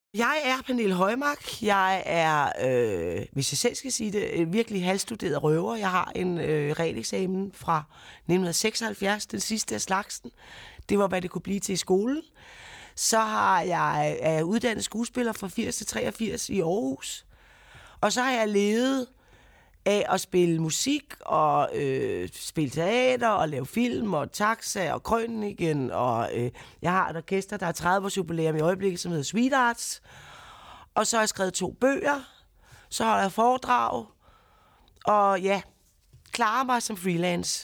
Jeg er Pernille Højmark. Jeg er, hvis jeg selv skal sige det, virkelig halvstuderet røver. Jeg har en realeksamen fra 1976, den sidste af slagsen. Det var, hvad det kunne blive til i skolen. Så er jeg uddannet skuespiller fra 80 til 83 i Aarhus. Og så har jeg levet af at spille musik og spille teater og lave film og taxa og krøniken. Og jeg har et orkester, der er 30 års jubilæum i øjeblikket, som hedder Sweethearts. Og så har jeg skrevet 2 bøger. Så holder jeg foredrag. Og ja, klarer mig som freelance.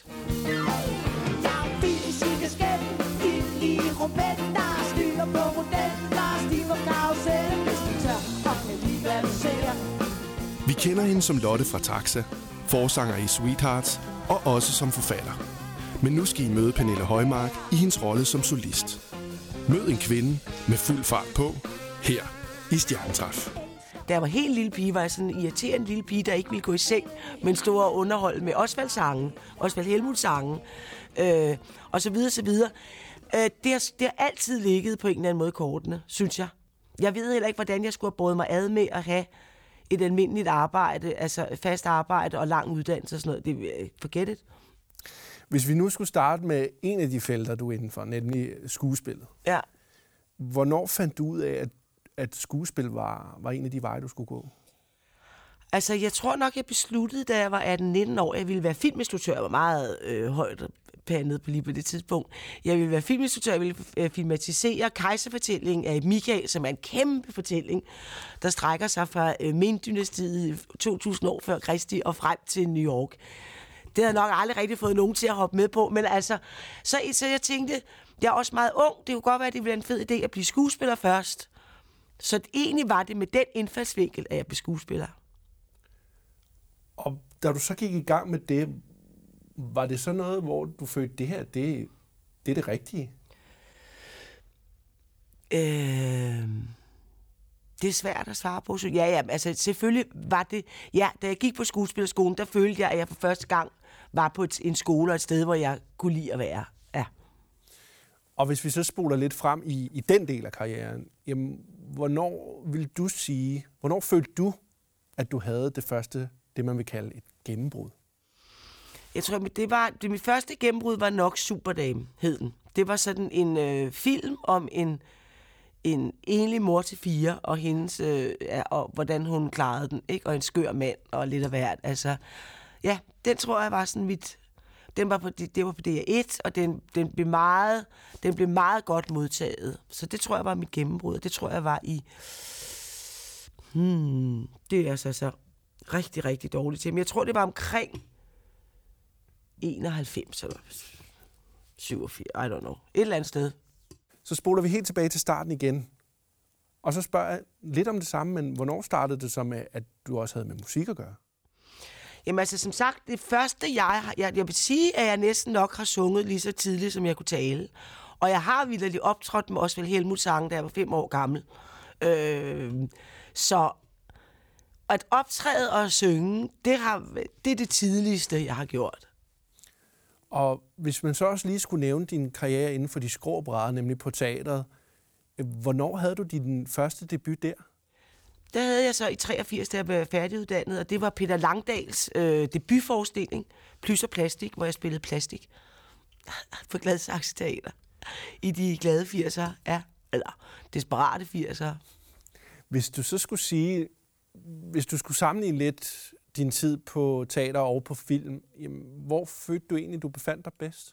Vi kender hende som Lotte fra Taxa, forsanger i Sweethearts og også som forfatter. Men nu skal I møde Pernille Højmark i hendes rolle som solist. Mød en kvinde med fuld fart på, her i Stjernetræf. Da jeg var helt lille pige, var jeg sådan en irriterende lille pige, der ikke ville gå i seng, men stod og underholde med Osvald-sangen, Osvald Helmuth-sangen, og så videre, så videre. Det har altid ligget på en eller anden måde i kortene, synes jeg. Jeg ved heller ikke, hvordan jeg skulle have båret mig ad med at have et almindeligt arbejde, altså fast arbejde og lang uddannelse og sådan noget. Det er forget it. Hvis vi nu skulle starte med en af de felter, du er inden for, nemlig skuespillet. Ja. Hvornår fandt du ud af, at skuespil var en af de veje, du skulle gå? Altså, jeg tror nok, jeg besluttede, da jeg var 18-19 år, jeg ville være filminstruktør. Jeg var meget højt pandet lige på det tidspunkt. Jeg ville være filminstruktør, jeg ville filmatisere Kejserfortællingen af Michael, som er en kæmpe fortælling, der strækker sig fra Ming-dynastiet 2000 år før Kristi og frem til New York. Det havde jeg nok aldrig rigtig fået nogen til at hoppe med på, men altså, så jeg tænkte, jeg er også meget ung, det kunne godt være, at det ville være en fed idé at blive skuespiller først. Så egentlig var det med den indfaldsvinkel, at jeg blev skuespiller. Og da du så gik i gang med det, var det så noget, hvor du følte, det her, det er det rigtige? Det er svært at svare på. Så ja, altså selvfølgelig var det... Ja, da jeg gik på skuespillerskolen, der følte jeg, at jeg for første gang var på en skole og et sted, hvor jeg kunne lide at være. Ja. Og hvis vi så spoler lidt frem i den del af karrieren, jamen, hvornår følte du, at du havde det første, det man vil kalde et gennembrud? Jeg tror, mit første gennembrud var nok Superdame, hed den. Det var sådan en film om en enlig mor til 4, og hendes, og hvordan hun klarede den, ikke? Og en skør mand, og lidt af hvert. Altså, ja, den tror jeg var sådan mit... Det var på DR1, og den blev meget godt modtaget. Så det tror jeg var mit gennembrud, og det tror jeg var i... det er altså så rigtig, rigtig dårligt til. Men jeg tror, det var omkring 91 eller 87, I don't know. Et eller andet sted. Så spoler vi helt tilbage til starten igen. Og så spørger jeg lidt om det samme, men hvornår startede det så med, at du også havde med musik at gøre? Jamen altså, som sagt, det første jeg vil sige, at jeg næsten nok har sunget lige så tidligt, som jeg kunne tale. Og jeg har vitterligt optrådt med Osvald Helmuth-sangen, da jeg var 5 år gammel. Så at optræde og synge, det er det tidligste, jeg har gjort. Og hvis man så også lige skulle nævne din karriere inden for de skrå brædder, nemlig på teateret, hvornår havde du din første debut der? Der havde jeg så i 83, da jeg blev færdiguddannet, og det var Peter Langdals debutforestilling, Plys og Plastik, hvor jeg spillede plastik på Gladsaxe Teater i de glade 80'ere, ja, eller desperate 80'ere. Hvis du så skulle sige, hvis du skulle sammenligne lidt din tid på teater og på film, jamen, hvor følte du egentlig, du befandt dig bedst?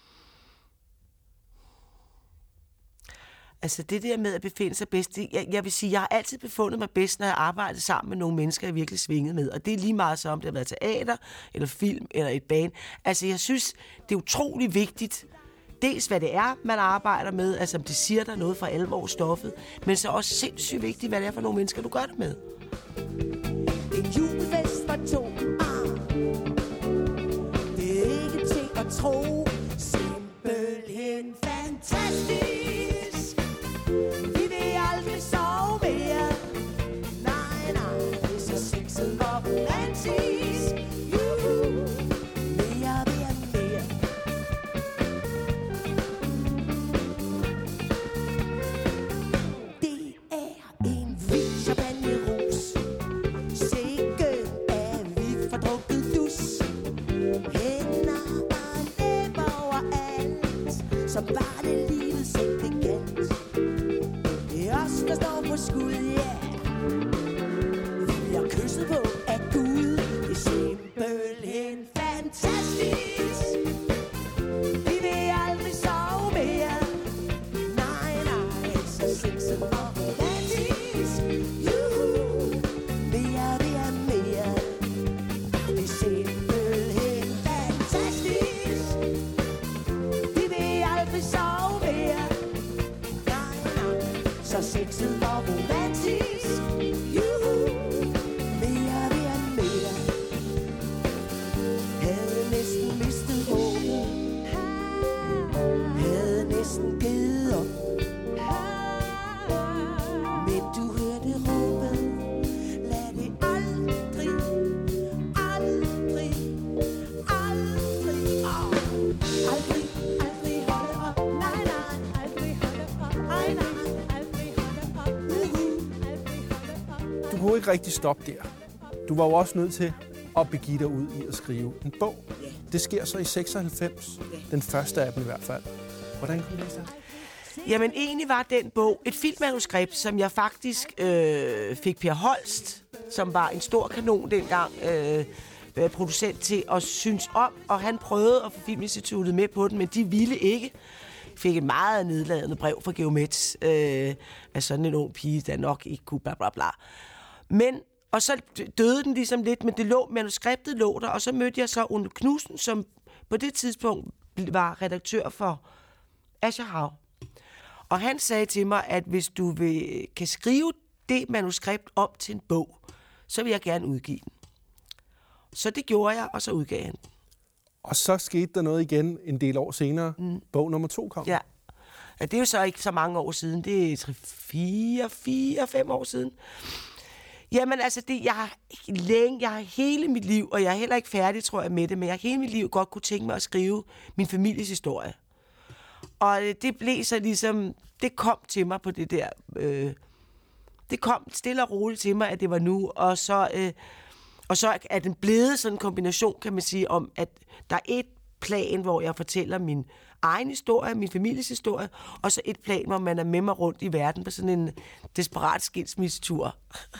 Altså det der med at befinde sig bedst, jeg vil sige, jeg har altid befundet mig bedst, når jeg arbejder sammen med nogle mennesker, jeg virkelig svinget med. Og det er lige meget så, om det har været teater, eller film, eller et band. Altså jeg synes, det er utrolig vigtigt, dels hvad det er, man arbejder med, altså om det siger der noget for alvor stoffet, men så også sindssygt vigtigt, hvad det er for nogle mennesker, du gør det med. En julefest for 2. Det er ikke til at tro. Simpelthen fantastisk. Vi vil aldrig sove mere. Nej, det er så sexet og romantisk. Mere. Det er en der står på skud, ja. Vi bliver kysset på af Gud. Det er simpelthen fantastisk. Vi vil aldrig sove mere. Nej, nej, så sexet og romantisk. Juhu, mere, mere, mere. Det er simpelthen fantastisk. Vi vil aldrig sove mere. Nej, nej, så sexet og romantisk. Juhu, mere, mere, mere. Havde næsten mistet håbet. Havde næsten givet op. Men du hørte råbet. Lad det aldrig, aldrig, aldrig, aldrig, aldrig holde op. Nej, nej, aldrig holde op. Nej, nej, aldrig holde op. Aldrig holde op. Du kunne ikke rigtig stoppe der. Du var jo også nødt til at begive dig ud i at skrive en bog. Ja. Det sker så i 96. Den første af dem i hvert fald. Hvordan kom det til? Jamen, egentlig var den bog et filmmanuskript, som jeg faktisk fik Per Holst, som var en stor kanon dengang, producent til at synes om, og han prøvede at få Filminstituttet med på den, men de ville ikke. Fik et meget nedladende brev fra Geomets af sådan en ung pige, der nok ikke kunne bla bla bla. Men, og så døde den ligesom lidt, men manuskriptet lå der, og så mødte jeg så Ole Knudsen, som på det tidspunkt var redaktør for Asger Hav. Og han sagde til mig, at hvis du kan skrive det manuskript op til en bog, så vil jeg gerne udgive den. Så det gjorde jeg, og så udgav jeg den. Og så skete der noget igen en del år senere. Bog nummer 2 kom. Ja. Ja, det er jo så ikke så mange år siden. Det er 4-5 år siden. Jamen altså, jeg har hele mit liv, og jeg er heller ikke færdig, tror jeg, med det, men jeg har hele mit liv godt kunne tænke mig at skrive min families historie. Og det blev så ligesom, det kom til mig på det der, det kom stille og roligt til mig, at det var nu, og så er den blevet sådan en kombination, kan man sige, om at der er et plan, hvor jeg fortæller min egen historie, min families historie, og så et plan, hvor man er med mig rundt i verden på sådan en desperat skilsmissetur.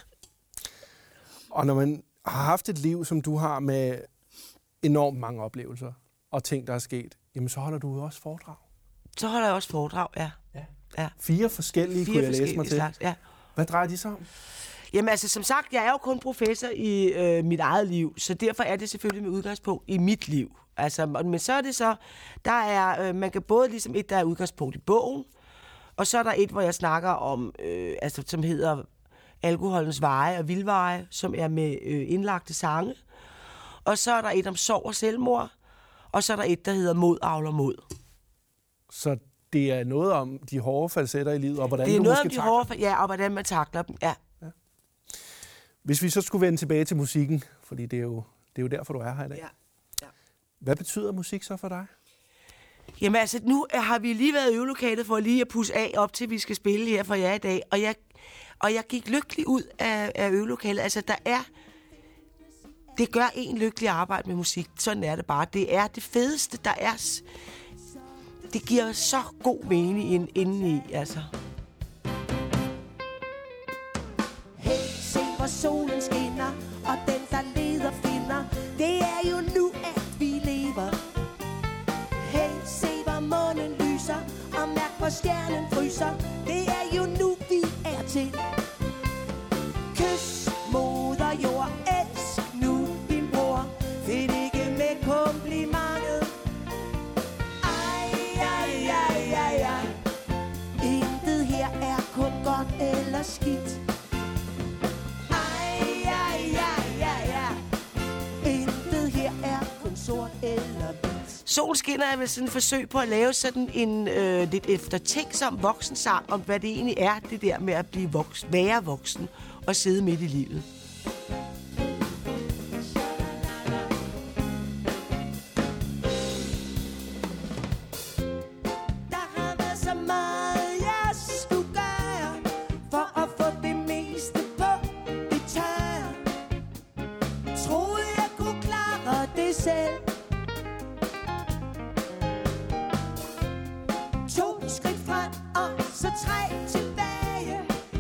Og når man har haft et liv, som du har med enormt mange oplevelser og ting, der er sket, jamen så holder du jo også foredrag. Så holder jeg også foredrag, ja. 4 forskellige, kunne jeg læse mig til. Slags, ja. Hvad drejer de sig om? Jamen altså, som sagt, jeg er jo kun professor i mit eget liv, så derfor er det selvfølgelig med udgangspunkt i mit liv. Altså, men så er det så, der er, man kan både ligesom der er udgangspunkt i bogen, og så er der et, hvor jeg snakker om, som hedder Alkoholens veje og vildveje, som er med indlagte sange. Og så er der et om sorg og selvmord, og så er der et, der hedder Mod avler mod. Så det er noget om de hårde falsetter i livet, og hvordan det er du noget måske om de hårde, ja, og hvordan man takler dem, ja. Hvis vi så skulle vende tilbage til musikken, fordi det er jo derfor, du er her i dag. Ja. Hvad betyder musik så for dig? Jamen altså, nu har vi lige været i øvelokalet for lige at pusse af op til, vi skal spille her for jer i dag, og jeg gik lykkelig ud af øvelokalet. Altså, det gør en lykkelig arbejde med musik. Sådan er det bare. Det er det fedeste, der er. Det giver så god mening indeni, altså. Hey, se hvor solen skinner, og den der leder finder. Det er jo nu, at vi lever. Hey, se hvor månen lyser, og mærk hvor stjernen fryser. Det er jo nu, vi er til. Kys moder jord, elsk nu din bror. Find ikke med komplimentet. Ej, ej, ej, ej, ej. Intet her er kun godt eller skidt. Ej, ej, ej, ej, ej. Intet her er kun sort eller hvidt. Sol skinner er vel sådan et forsøg på at lave sådan en lidt eftertænksom voksensang om, hvad det egentlig er, det der med at blive være voksen og sidde midt i livet. Der har været så meget, jeg skulle gøre, for at få det meste på det tørre. Troede jeg kunne klare det selv. 2 skridt frem og så 3 tilbage.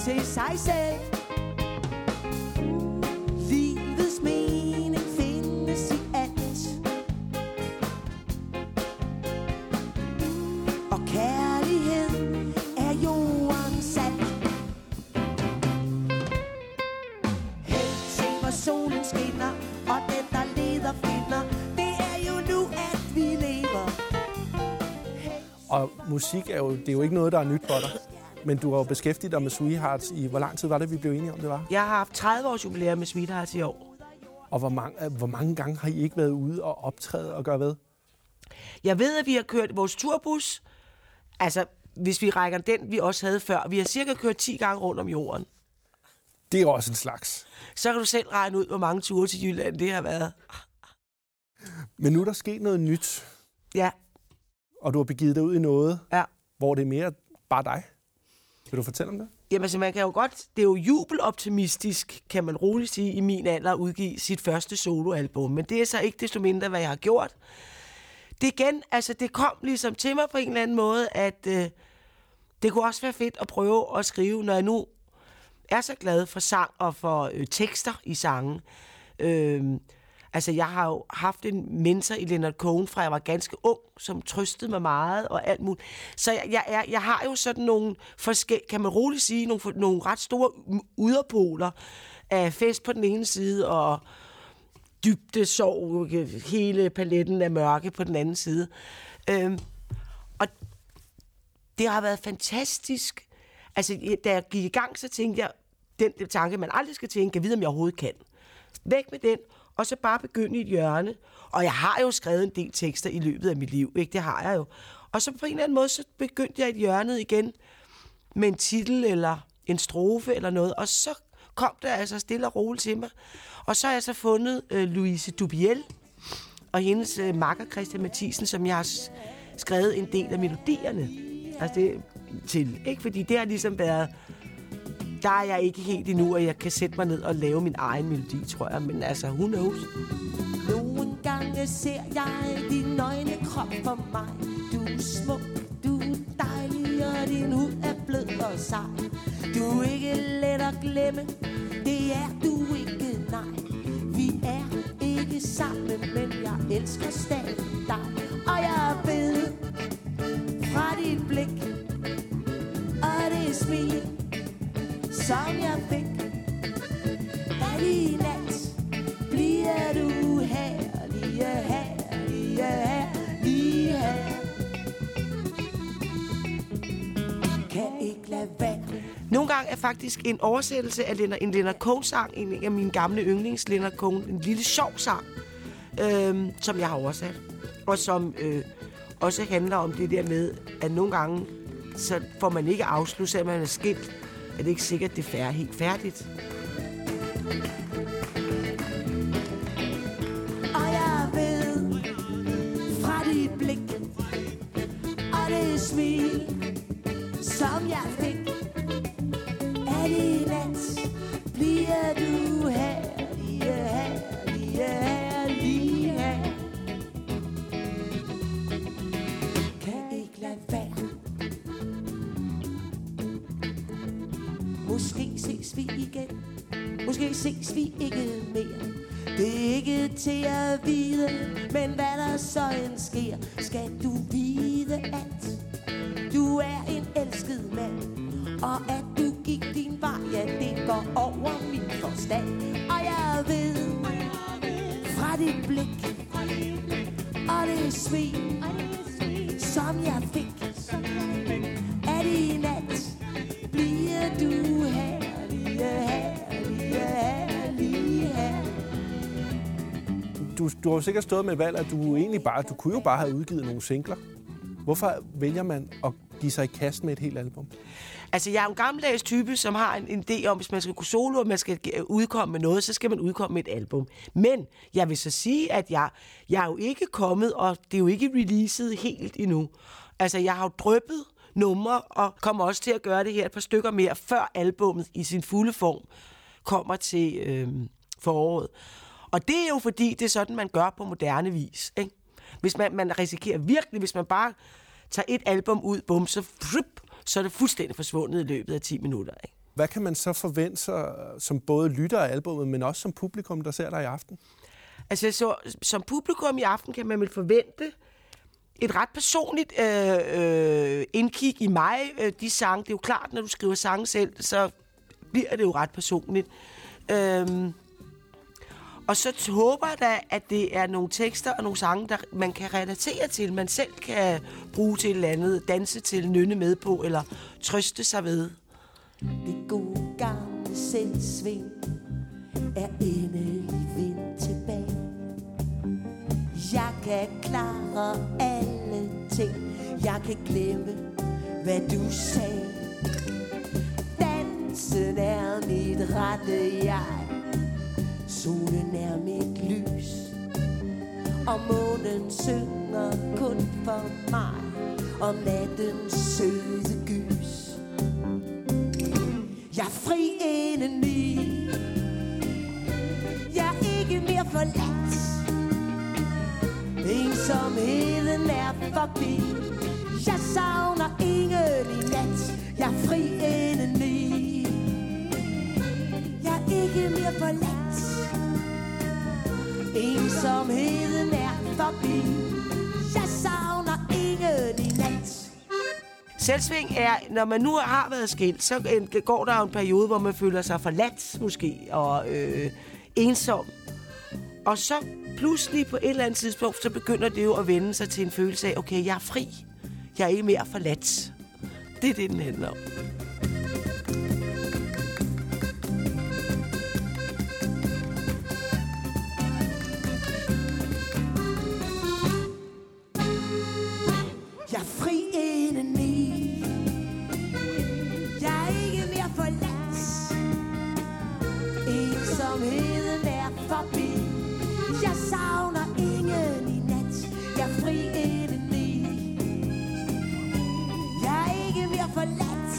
til sig selv. Livets mening findes i alt, og kærlighed er jordens salt. Helt se hvor solen skinner, og den der leder finder. Det er jo nu at vi lever. Og musik er jo ikke noget, der er nyt for dig. Men du har jo beskæftiget dig med Sweethearts i... Hvor lang tid var det, vi blev enige om, det var? Jeg har haft 30 års jubilæum med Sweethearts i år. Og hvor mange gange har I ikke været ude og optræde og gøre hvad? Jeg ved, at vi har kørt vores turbus. Altså, hvis vi rækker den, vi også havde før. Vi har cirka kørt 10 gange rundt om jorden. Det er også en slags. Så kan du selv regne ud, hvor mange ture til Jylland det har været. Men nu er der sket noget nyt. Ja. Og du har begivet dig ud i noget, Ja. hvor det er mere bare dig. Vil du fortælle om det? Jamen, så man kan jo godt... Det er jo jubeloptimistisk, kan man roligt sige, i min alder at udgive sit første soloalbum. Men det er så ikke desto mindre, hvad jeg har gjort. Det igen, altså det kom ligesom til mig på en eller anden måde, at det kunne også være fedt at prøve at skrive, når jeg nu er så glad for sang og for tekster i sangen. Altså, jeg har jo haft en mentor i Leonard Cohen, fra jeg var ganske ung, som trøstede mig meget og alt muligt. Så jeg har jo sådan nogle kan man roligt sige, nogle ret store yderpoler af fest på den ene side og dybde sorg, hele paletten af mørke på den anden side. Og det har været fantastisk. Altså, da jeg gik i gang, så tænkte jeg, den tanke, man aldrig skal tænke, jeg ved, om jeg overhovedet kan. Væk med den, og så bare begynde i et hjørne. Og jeg har jo skrevet en del tekster i løbet af mit liv, ikke? Det har jeg jo. Og så på en eller anden måde, så begyndte jeg et hjørne igen med en titel eller en strofe eller noget, og så kom det altså stille og roligt til mig. Og så har jeg så fundet Louise Dubiel og hendes makker Christian Mathisen, som jeg har skrevet en del af melodierne. Altså det til, ikke? Fordi det har ligesom været... Der er jeg ikke helt endnu, at jeg kan sætte mig ned og lave min egen melodi, tror jeg. Men altså, who knows? Nogle gange ser jeg din nøgne krop for mig. Du er smuk, du er dejlig, og din hud er blød og sej. Du er ikke let at glemme, det er du ikke, nej. Vi er ikke sammen, men jeg elsker stadig dig. Og jeg ved fra dit blik, og det smil, som jeg fik, at i nat bliver du herlig, herlig, herlig her. Kan ikke lade være. Nogle gange er faktisk en oversættelse af en Leonard Cohen-sang, en af mine gamle yndlings Leonard Cohen, en lille sjov sang, som jeg har oversat, og som også handler om det der med, at nogle gange så får man ikke afslut, selvom man er skilt. Er det ikke sikkert, det er helt færdigt. Og jeg ved fra dit blik, og det smil, som jeg fik, at i nat bliver du herlig, herlig, herlig her. Kan ikke lade være. Måske ses vi igen, måske ses vi ikke mere. Det er ikke til at vide, men hvad der så end sker, skal du vide, at du er en elsket mand, og at du gik din vej, ja, det går over min forstand. Og jeg ved fra dit blik, og det smil, som jeg fik, at i nat bliver du herlig, herlig, herlig her. Du har jo sikkert stået med et valg, at du kunne jo bare have udgivet nogle singler. Hvorfor vælger man at give sig i kast med et helt album? Altså, jeg er en gammeldags type, som har en idé om, hvis man skal kunne solo, og man skal udkomme med noget, så skal man udkomme med et album. Men jeg vil så sige, at jeg er jo ikke kommet, og det er jo ikke releaset helt endnu. Altså, jeg har jo dryppet numre, og kommer også til at gøre det her et par stykker mere, før albummet i sin fulde form kommer til foråret. Og det er jo fordi, det er sådan, man gør på moderne vis, ikke? Hvis man risikerer virkelig, hvis man bare tager et album ud, bum, så er det fuldstændig forsvundet i løbet af 10 minutter, ikke? Hvad kan man så forvente sig som både lytter af albumet, men også som publikum, der ser dig i aften? Altså, så, som publikum i aften kan man vel forvente et ret personligt indkig i mig. De sange, det er jo klart, når du skriver sange selv, så bliver det jo ret personligt. Og så håber jeg da, at det er nogle tekster og nogle sange, der man kan relatere til, man selv kan bruge til et eller andet, danse til, nynne med på, eller trøste sig ved. Det gode gamle selvsving er endelig vendt tilbage. Jeg kan klare alle ting. Jeg kan glemme, hvad du sagde. Dansen er mit rette jeg. Solen er mit lys. Og månen synger kun for mig. Om nattens søde gys. Jeg er fri indeni. Jeg er ikke mere forladt. Ensomheden er forbi. Jeg savner ingen i nat. Jeg er fri indeni. Jeg er ikke mere forladt. Ensomheden er forbi. Jeg savner ingen i nat. Selvsving er, når man nu har været skilt, så går der jo en periode, hvor man føler sig forladt måske, og ensom. Og så pludselig på et eller andet tidspunkt, så begynder det jo at vende sig til en følelse af, okay, jeg er fri. Jeg er ikke mere forladt. Det er det, den handler om. Jeg er fri indeni. Jeg er ikke mere forladt. Ensomheden er forbi. Jeg savner ingen i nat. Jeg er fri indeni. Jeg er ikke mere forladt.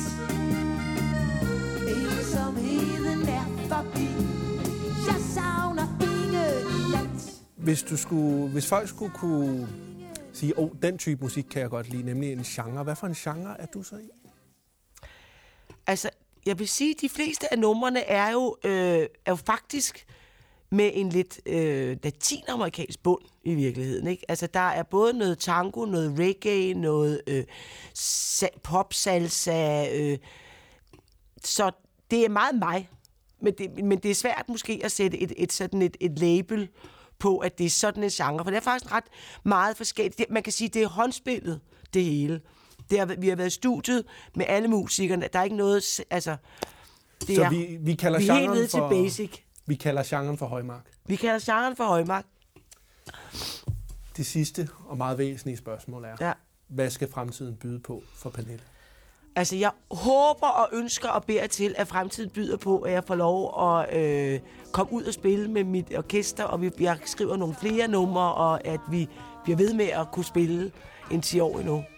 Ensomheden er forbi. Jeg savner ingen i nat. Hvis folk skulle kunne sige, den type musik kan jeg godt lide, nemlig en genre. Hvad for en genre er du så i? Altså, jeg vil sige, at de fleste af numrene er jo faktisk med en lidt latinamerikansk bund i virkeligheden, ikke? Altså, der er både noget tango, noget reggae, noget pop-salsa, så det er meget mig. Men det er svært måske at sætte et label på, at det er sådan en genre, for det er faktisk ret meget forskelligt. Man kan sige, det er håndspillet, det hele. Vi har været i studiet med alle musikerne. Der er ikke noget, altså... Det så er, vi kalder vi er helt nede til basic. Vi kalder genren for højmark. Vi kalder genren for højmark. Det sidste og meget væsentlige spørgsmål er, hvad skal fremtiden byde på for Pernille? Altså, jeg håber og ønsker og beder til, at fremtiden byder på, at jeg får lov at komme ud og spille med mit orkester, og jeg skriver nogle flere numre, og at vi bliver ved med at kunne spille en 10 år endnu.